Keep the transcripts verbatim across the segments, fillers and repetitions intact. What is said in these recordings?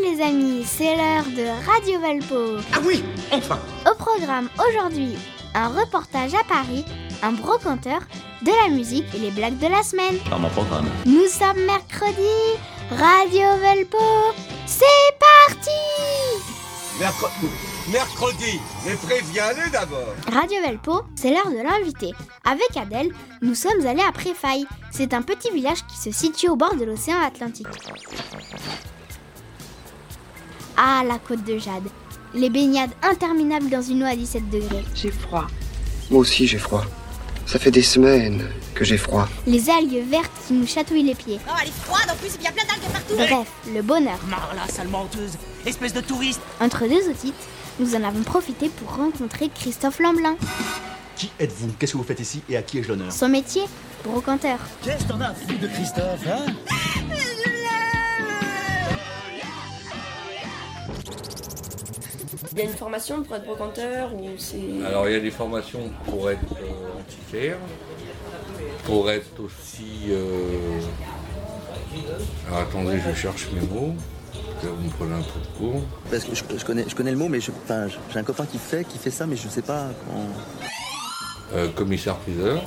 les amis, c'est l'heure de Radio Valpo. Ah oui, enfin. Au programme aujourd'hui, un reportage à Paris, un brocanteur, de la musique et les blagues de la semaine. Dans mon programme. Nous sommes mercredi, Radio Valpo, c'est parti. Mercredi, mercredi, mais préviens-les d'abord. Radio Valpo, c'est l'heure de l'invité. Avec Adèle, nous sommes allés à Préfaille. C'est un petit village qui se situe au bord de l'océan Atlantique. Ah, la côte de Jade. Les baignades interminables dans une eau à dix-sept degrés. J'ai froid. Moi aussi j'ai froid. Ça fait des semaines que j'ai froid. Les algues vertes qui nous chatouillent les pieds. Oh, elle est froide, en plus, il y a plein d'algues partout. Bref, le bonheur. Marla, sale menteuse, espèce de touriste. Entre deux otites, nous en avons profité pour rencontrer Christophe Lamblin. Qui êtes-vous? Qu'est-ce que vous faites ici et à qui ai-je l'honneur? Son métier, brocanteur. Qu'est-ce que t'en as foutu de Christophe, hein? Il y a une formation pour être brocanteur ou c'est... Alors il y a des formations pour être euh, antiquaire, pour être aussi... Euh... Alors attendez, je cherche mes mots, que vous me prenez un peu de cours. Parce que je, je, connais, je connais le mot, mais je, enfin, j'ai un copain qui fait, qui fait ça, mais je ne sais pas comment... Euh, commissaire-priseur.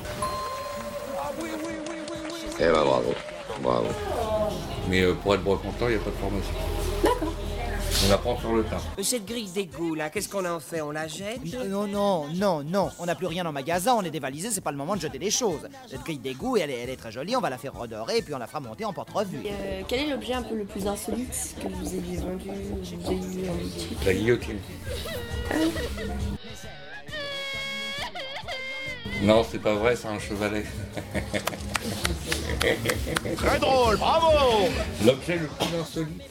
Eh ben bravo, bravo. Mais euh, pour être brocanteur, il n'y a pas de formation. D'accord. On apprend sur le tas. Cette grille d'égout, là, qu'est-ce qu'on en fait? On la jette? Euh, Non, non, non, non, on n'a plus rien en magasin, on est dévalisé, c'est pas le moment de jeter des choses. Cette grille d'égout, elle est, elle est très jolie, on va la faire redorer et puis on la fera monter en porte-revue. Euh, quel est l'objet un peu le plus insolite que vous ayez vendu ou que vous ayez eu en boutique? La guillotine. Non, c'est pas vrai, c'est un chevalet. Très drôle, bravo. L'objet le plus insolite.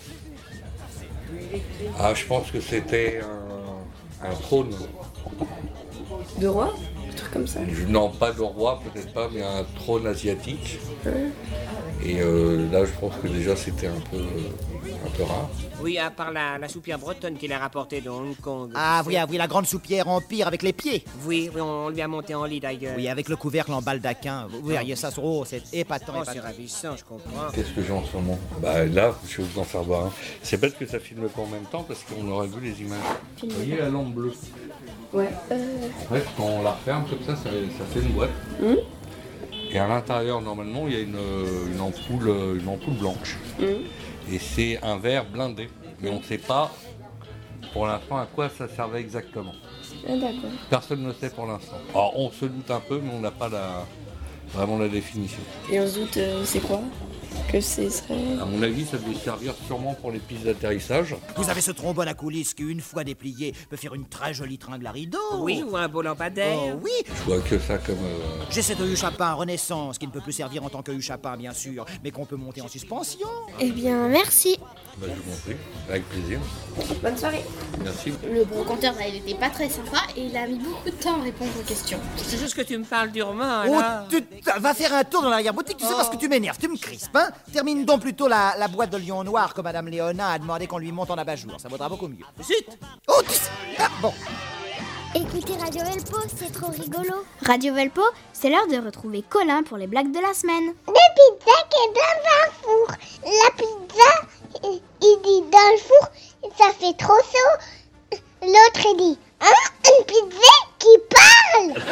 Ah, je pense que c'était un, un trône. De roi? Un truc comme ça. Non, pas de roi, peut-être pas, mais un trône asiatique. Ouais. Et euh, là, je pense que déjà, c'était un peu, un peu rare. Oui, à part la, la soupière bretonne qu'il a rapportée de Hong Kong. Ah oui, ah oui, la grande soupière empire avec les pieds. Oui, oui, on lui a monté en lit d'ailleurs. Oui, avec le couvercle en baldaquin. Vous verriez ça, oh, c'est épatant, Oh, c'est épatant. ravissant, je comprends. Qu'est-ce que j'ai en ce moment? Bah là, je vais vous en faire voir un. C'est bête que ça filme pas en même temps parce qu'on aurait vu les images. Vous voyez la lampe bleue? Ouais. Euh... En fait, quand on la referme comme ça, ça, ça fait une boîte. Mmh. Et à l'intérieur, normalement, il y a une, une, ampoule, une ampoule blanche. Mmh. Et c'est un verre blindé. Mais on ne sait pas pour l'instant à quoi ça servait exactement. Ah, d'accord. Personne ne sait pour l'instant. Alors on se doute un peu, mais on n'a pas la, vraiment la définition. Et on se doute, euh, c'est quoi? Que ce serait... À mon avis, ça devait servir sûrement pour les pistes d'atterrissage. Vous avez ce trombone à coulisses qui, une fois déplié, peut faire une très jolie tringle à rideau. Oui, ou un beau lampadaire. Oh oui. Je vois que ça comme... Euh... J'ai cette Hue Chapin Renaissance qui ne peut plus servir en tant que Hue Chapin, bien sûr, mais qu'on peut monter en suspension. Eh bien, merci. Bah, je vous en prie, avec plaisir. Bonne soirée. Merci. Le brocanteur, il était pas très sympa et il a mis beaucoup de temps à répondre aux questions. C'est juste que tu me parles durement, Oh, là. tu, tu- va faire un tour dans l'arrière-boutique, tu sais parce que tu m'énerves, tu me crispes, hein. Termine donc plutôt la, la boîte de lion noir que Madame Léona a demandé qu'on lui monte en abat-jour, ça vaudra beaucoup mieux. Zut. Oh, tu sais... Ah, bon. Écoutez Radio Velpo, c'est trop rigolo. Radio Velpo, c'est l'heure de retrouver Colin pour les blagues de la semaine. Des pizzas qui est dans un four. La pizza, il il dit dans le four, ça fait trop chaud. L'autre il dit, hein, une pizza qui parle.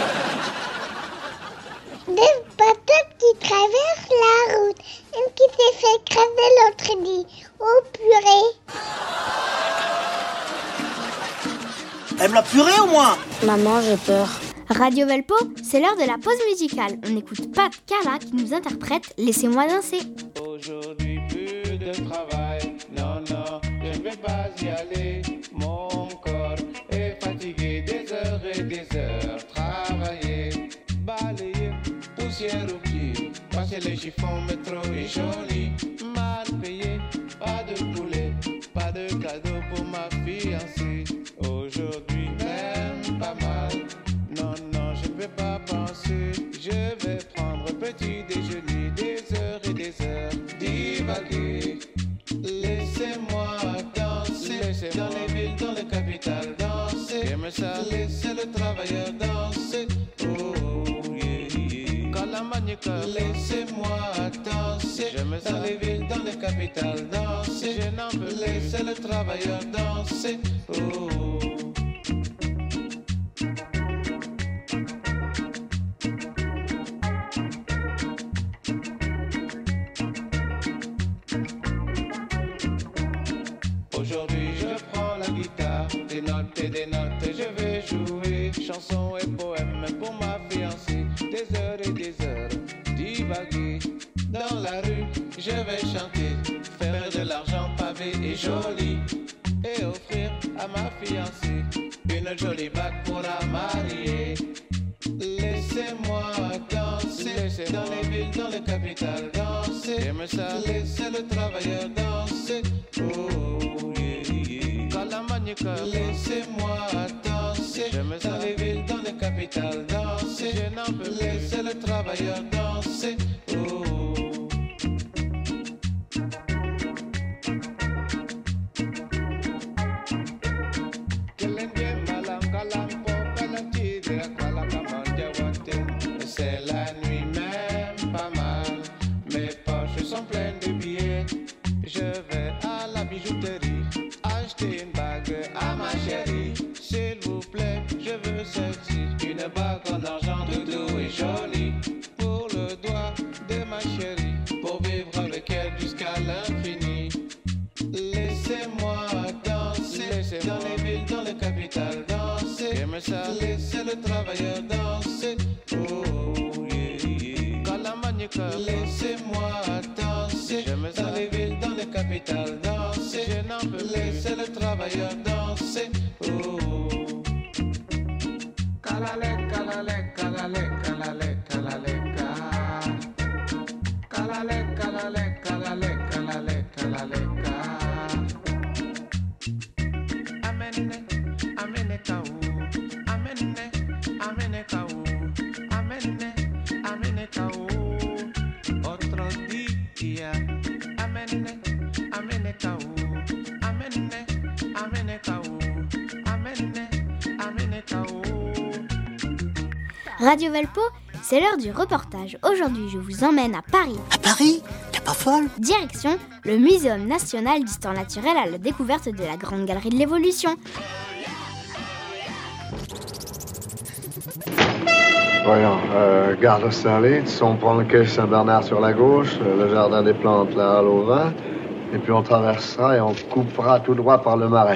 Des patates qui traversent la route. Une qui s'est fait craser, l'autre il dit, oh purée. Aime la purée au moins. Maman, j'ai peur. Radio Velpo, c'est l'heure de la pause musicale. On écoute Pat Cala qui nous interprète Laissez-moi danser. Aujourd'hui plus de travail, non, non, je ne vais pas y aller. Mon corps est fatigué, des heures et des heures travailler. Balayer, poussière au pied, passer les chiffons, métro et joli. Mal payé, pas de poulet, pas de cadeau pour ma fiancée. Aujourd'hui même pas mal, non, non, je ne vais pas penser. Je vais prendre petit déjeuner, des heures et des heures, divaguer. Laissez-moi danser, laissez dans les villes, dans les capitales, danser. J'aime ça, laissez le travailleur danser. Oh, yeah, yeah. Calamanica, laissez-moi danser. J'aime ça, dans les villes, dans les capitales, danser. Je n'en peux laisser laissez le travailleur danser. Oh. Aujourd'hui je prends la guitare, des notes et des notes et je vais jouer chansons et poèmes pour ma fiancée. Des heures et des heures divaguer dans la rue, je vais chanter, faire de l'argent pavé et joli et offrir à ma fiancée une jolie bague pour la marier. Laissez-moi danser, laissez dans les villes, dans les capitales danser. J'aime ça, laissez le travailleur danser. Oh, yeah, yeah. Calamanica, laissez-moi danser. J'aime ça, dans les villes, dans les capitales danser. Je n'en peux plus, laissez le travailleur danser. Oh. C'est la nuit même pas mal, mes poches sont pleines de billets. Je vais à la bijouterie acheter une bague à ma chérie. S'il vous plaît, je veux celle-ci, une bague en argent doudou et jolie pour le doigt de ma chérie, pour vivre avec elle jusqu'à l'infini. Laissez-moi danser, laissez dans les villes, dans les capitales danser. J'aime ça, laissez le travailleur danser. Oh, yeah, yeah. Calamanica, laissez-moi danser. J'aime ça, dans les villes, dans les capitales danser. Je n'en peux plus, laissez le travailleur danser. Oh. Calale, calale, calale, calale, calale, calale, calale, calale, calale, calale. Amene, amene kaou, amene, amene kaou, amene, amene kaou. Otro día, amene, amene kaou, amene, amene kaou, amene, amene kaou. Radio Valpo, c'est l'heure du reportage. Aujourd'hui, je vous emmène à Paris. À Paris? T'es pas folle? Direction le Muséum national d'histoire naturelle à la découverte de la Grande Galerie de l'Évolution. Voyons, euh, gare d'Austerlitz, on prend le quai Saint-Bernard sur la gauche, le jardin des plantes, la halle au vin, et puis on traversera et on coupera tout droit par le Marais.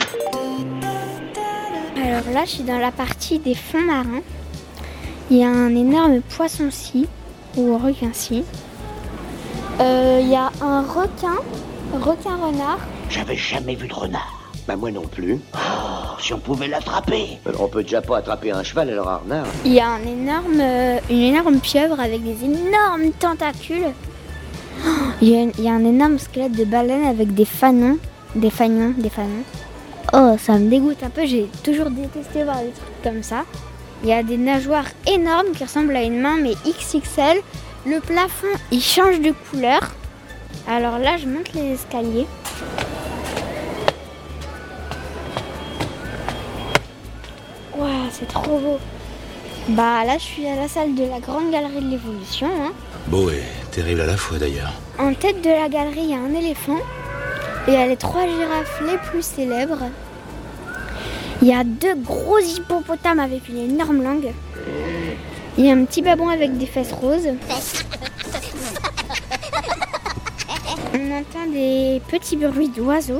Alors là, je suis dans la partie des fonds marins. Il y a un énorme poisson-ci, ou requin-ci. Euh, il y a un requin, requin-renard. J'avais jamais vu de renard. Bah moi non plus. Oh, si on pouvait l'attraper. Alors, on peut déjà pas attraper un cheval alors un renard. Il y a un énorme, euh, une énorme pieuvre avec des énormes tentacules. Oh, il, y a, il y a un énorme squelette de baleine avec des fanons, des fagnons, des fanons. Oh, ça me dégoûte un peu, j'ai toujours détesté voir des trucs comme ça. Il y a des nageoires énormes qui ressemblent à une main mais X X L. Le plafond, il change de couleur. Alors là, je monte les escaliers. Waouh, c'est trop beau. Bah là, je suis à la salle de la Grande Galerie de l'Évolution. Hein. Beau et terrible à la fois d'ailleurs. En tête de la galerie, il y a un éléphant. Et il y a les trois girafes les plus célèbres. Il y a deux gros hippopotames avec une énorme langue. Il y a un petit babon avec des fesses roses. On entend des petits bruits d'oiseaux.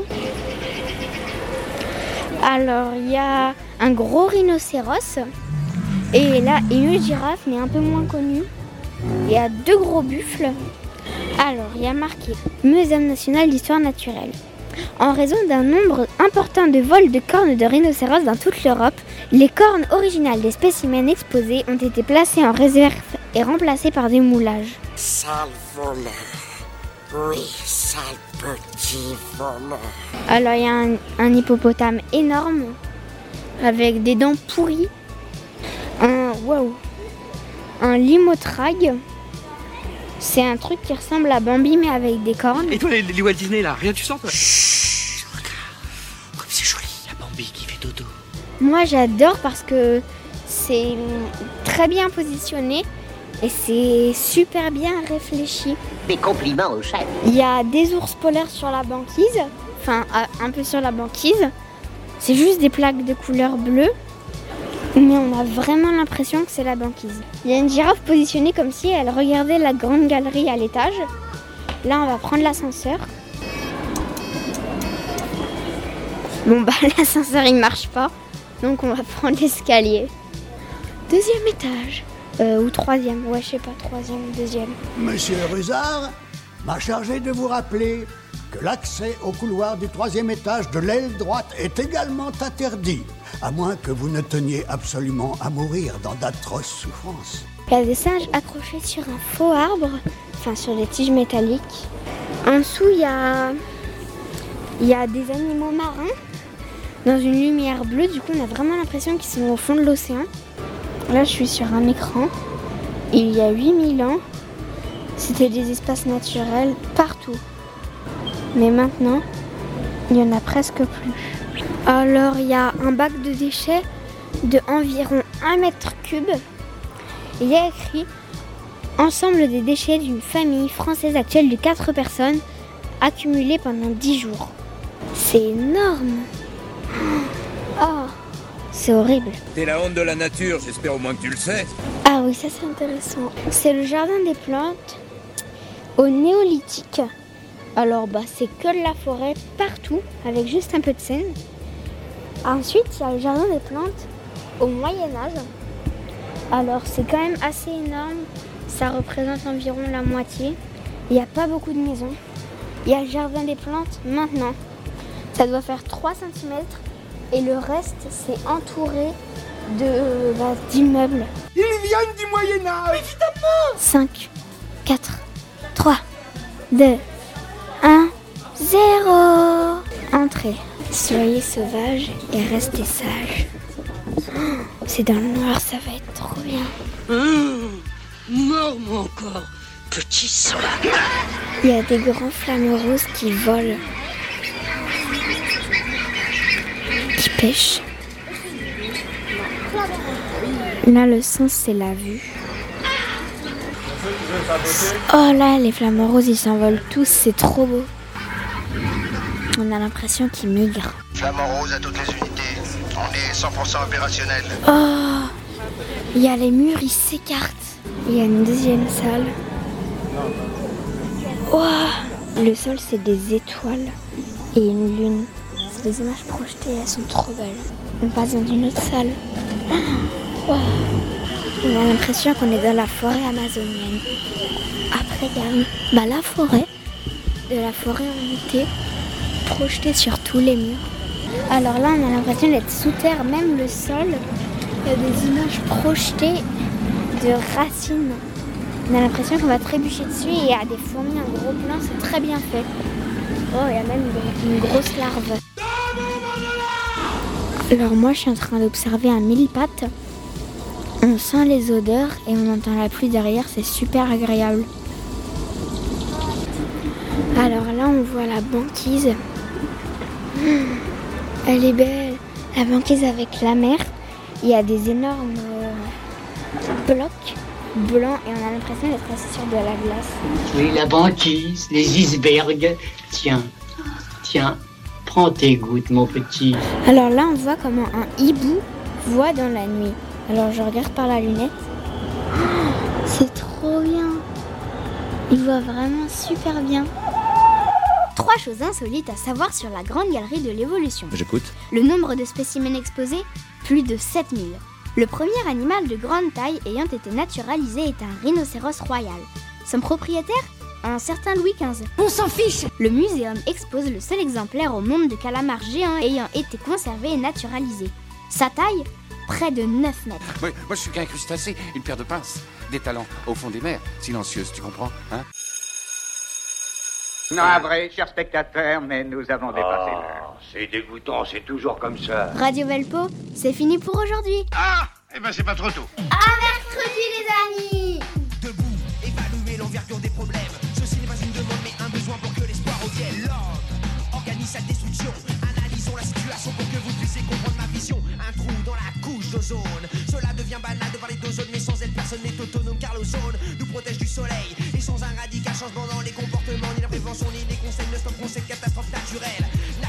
Alors, il y a un gros rhinocéros. Et là, une girafe, mais un peu moins connue. Il y a deux gros buffles. Alors, il y a marqué Muséum national d'histoire naturelle. En raison d'un nombre important de vols de cornes de rhinocéros dans toute l'Europe, les cornes originales des spécimens exposés ont été placées en réserve et remplacées par des moulages. Sale voleur. Oui, sale petit voleur. Alors il y a un, un hippopotame énorme avec des dents pourries, un wow, un limotrague. C'est un truc qui ressemble à Bambi mais avec des cornes. Et toi les, les Walt Disney là, rien tu sens toi? Chut, regarde, comme c'est joli, il y a Bambi qui fait dodo. Moi j'adore parce que c'est très bien positionné et c'est super bien réfléchi. Des compliments au chef. Il y a des ours polaires sur la banquise, enfin un peu sur la banquise. C'est juste des plaques de couleur bleue, mais on a vraiment l'impression que c'est la banquise. Il y a une girafe positionnée comme si elle regardait la grande galerie à l'étage. Là, on va prendre l'ascenseur. Bon bah l'ascenseur il marche pas, donc on va prendre l'escalier. Deuxième étage, euh, ou troisième, ouais je sais pas, troisième ou deuxième. Monsieur Rusard m'a chargé de vous rappeler que l'accès au couloir du troisième étage de l'aile droite est également interdit, à moins que vous ne teniez absolument à mourir dans d'atroces souffrances. Il y a des singes accrochés sur un faux arbre, enfin sur des tiges métalliques. En dessous il y a, il y a des animaux marins dans une lumière bleue, du coup on a vraiment l'impression qu'ils sont au fond de l'océan. Là je suis sur un écran, il y a huit mille ans, c'était des espaces naturels partout. Mais maintenant, il n'y en a presque plus. Alors il y a un bac de déchets de environ un mètre cube. Il y a écrit « Ensemble des déchets d'une famille française actuelle de quatre personnes accumulés pendant dix jours ». C'est énorme. Oh, c'est horrible. T'es la honte de la nature, j'espère au moins que tu le sais. Ah oui, ça c'est intéressant. C'est le jardin des plantes au néolithique. Alors bah c'est que de la forêt partout, avec juste un peu de Seine. Ensuite, il y a le jardin des plantes au Moyen-Âge. Alors c'est quand même assez énorme, ça représente environ la moitié. Il n'y a pas beaucoup de maisons. Il y a le jardin des plantes maintenant. Ça doit faire trois centimètres et le reste c'est entouré de bah, d'immeubles. Ils viennent du Moyen-Âge. Évidemment. cinq, quatre, trois, deux, un, zéro. Entrez. Soyez sauvages et restez sages. Oh, c'est dans le noir, ça va être trop bien. Mmh, mort-moi encore, petit sauvage. Il y a des grands flammes roses qui volent, qui pêchent. Là, le sens, c'est la vue. Oh là, les flammes roses, ils s'envolent tous, c'est trop beau. On a l'impression qu'ils migrent. Flamand rose à toutes les unités. On est cent pour cent opérationnel. Oh, il y a les murs, ils s'écartent. Il y a une deuxième salle. Oh, le sol, c'est des étoiles et une lune. C'est des images projetées, elles sont trop belles. On passe dans une autre salle. Oh, on a l'impression qu'on est dans la forêt amazonienne. Après, il y a bah, la forêt, de la forêt en été, projetée sur tous les murs. Alors là, on a l'impression d'être sous terre, même le sol. Il y a des images projetées de racines. On a l'impression qu'on va trébucher dessus et il y a des fourmis en gros plan, c'est très bien fait. Oh, il y a même une, une grosse larve. Alors moi, je suis en train d'observer un mille pattes. On sent les odeurs et on entend la pluie derrière, c'est super agréable. Alors là, on voit la banquise. Elle est belle. La banquise avec la mer. Il y a des énormes euh, blocs blancs et on a l'impression d'être assis sur de la glace. Oui, la banquise, les icebergs. Tiens, tiens, prends tes gouttes, mon petit. Alors là, on voit comment un hibou voit dans la nuit. Alors je regarde par la lunette. Oh, c'est trop bien. Il voit vraiment super bien. Trois choses insolites à savoir sur la Grande Galerie de l'Évolution. J'écoute. Le nombre de spécimens exposés, plus de sept mille. Le premier animal de grande taille ayant été naturalisé est un rhinocéros royal. Son propriétaire, un certain Louis quinze. On s'en fiche. Le muséum expose le seul exemplaire au monde de calamar géant ayant été conservé et naturalisé. Sa taille, près de neuf mètres. Oui, moi je suis qu'un crustacé, une paire de pinces. Des talents au fond des mers, silencieuses, tu comprends, hein? Navré, chers spectateurs, mais nous avons dépassé Oh, l'heure. c'est dégoûtant, c'est toujours comme ça. Radio Velpo, c'est fini pour aujourd'hui. Ah, eh ben c'est pas trop tôt. À mercredi les amis. Debout, évaluer l'envergure des problèmes. Ceci n'est pas une demande mais un besoin pour que l'espoir revienne. L'homme organise sa destruction. Analysons la situation pour que vous puissiez comprendre ma vision. Un trou dans la couche d'ozone. Cela devient banal de parler d'ozone, mais sans elle personne n'est autonome car l'ozone nous protège du soleil. Et sans un radical changement dans les comportements, ni la prévention, ni les conseils ne stopperont cette catastrophe naturelle.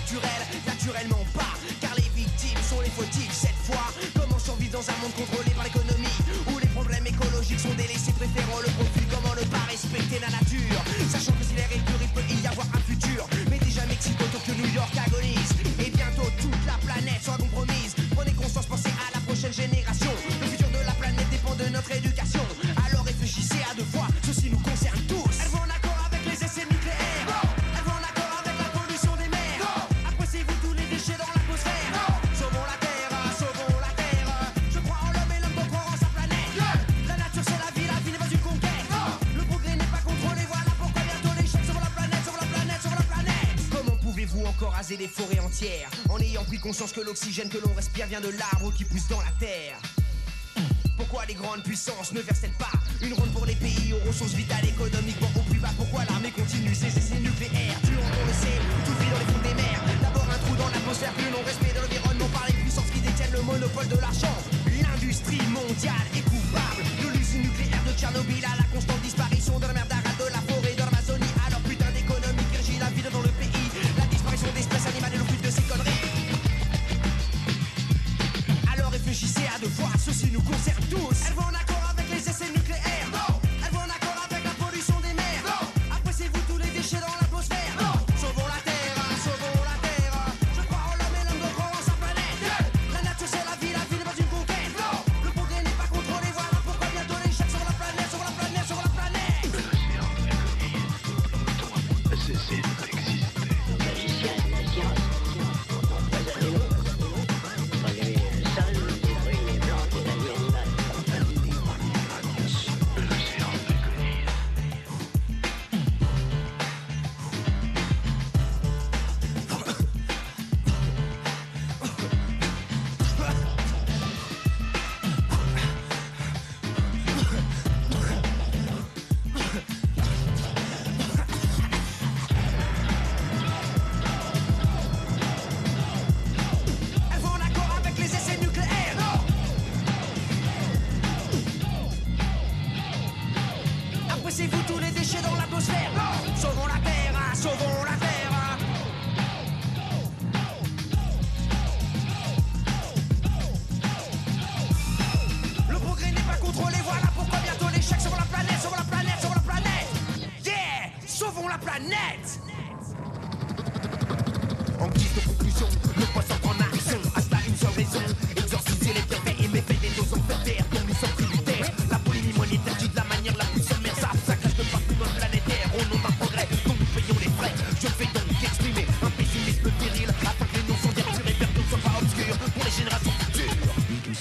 l'éducation. Alors réfléchissez à deux fois, ceci nous concerne tous. Elles vont en accord avec les essais nucléaires. Non. Elles vont en accord avec la pollution des mers. Non. Appréciez-vous tous les déchets dans l'atmosphère. Non. Sauvons la terre, sauvons la terre. Je crois en l'homme et l'homme doit croire en sa planète. Yeah. La nature c'est la vie, la vie n'est pas une conquête. Non. Le progrès n'est pas contrôlé, voilà pourquoi bientôt l'échec. Sauvons la planète, sauvons la planète, sauvons la planète. Comment pouvez-vous encore raser des forêts entières en ayant pris conscience que l'oxygène que l'on respire vient de l'arbre qui pousse dans la terre? Pourquoi les grandes puissances ne versent-elles pas une ronde pour les pays aux ressources vitales économiquement au plus bas? Pourquoi l'armée continue ses essais nucléaires? Tuant, on le sait, tout vit dans les fonds des mers. D'abord un trou dans l'atmosphère, puis le non-respect de l'environnement par les puissances qui détiennent le monopole de l'argent. L'industrie mondiale est coupable de l'usine nucléaire de Tchernobyl à la constante disparition de la mer d'Aral, de la forêt de l'Amazonie. Alors putain d'économie qui régit la vie dans le pays, la disparition d'espèces animales et le but de ces conneries. Alors réfléchissez à deux fois, ceci nous concerne tous. Elles vont en accord avec les essais nucléaires. Non. Elles vont en accord avec la pollution des mers. Non. Appréciez-vous tous les déchets dans l'atmosphère. Non. Sauvons la terre, sauvons la terre. Je crois en l'homme et l'homme doit croire en sa planète. Yeah. La nature c'est la vie, la vie n'est pas une conquête. Non. Le progrès n'est pas contrôlé, voilà pourquoi bientôt l'échec sur la planète, sur la planète, sur la planète. Cessez d'exister. Magicien de la science. Appréciez-vous tous les déchets dans l'atmosphère. Non. Sauvons la terre, sauvons la terre. Le progrès n'est pas contrôlé, voilà pourquoi bientôt l'échec. Sauvons la planète, sauvons la planète, sauvons la planète. Yeah, sauvons la planète. En guise de conclusion, ne pas sortir en action. À cela une seule raison, exorciser les bienfaits et méfaits des doses enfermères dont nous sommes tributaires. La polémie monétaire tue de la manière la plus sommaire. Ça, ça crache de partout dans le planétaire au nom d'un progrès dont nous payons les frais. Je fais donc exprimer un pessimisme viril afin que les notions d'erreur et perdus ne soient pas obscures pour les générations futures.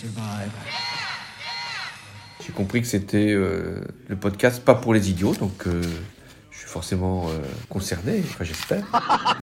J'ai compris que c'était euh, le podcast pas pour les idiots, donc euh, je suis forcément euh, concerné, enfin j'espère.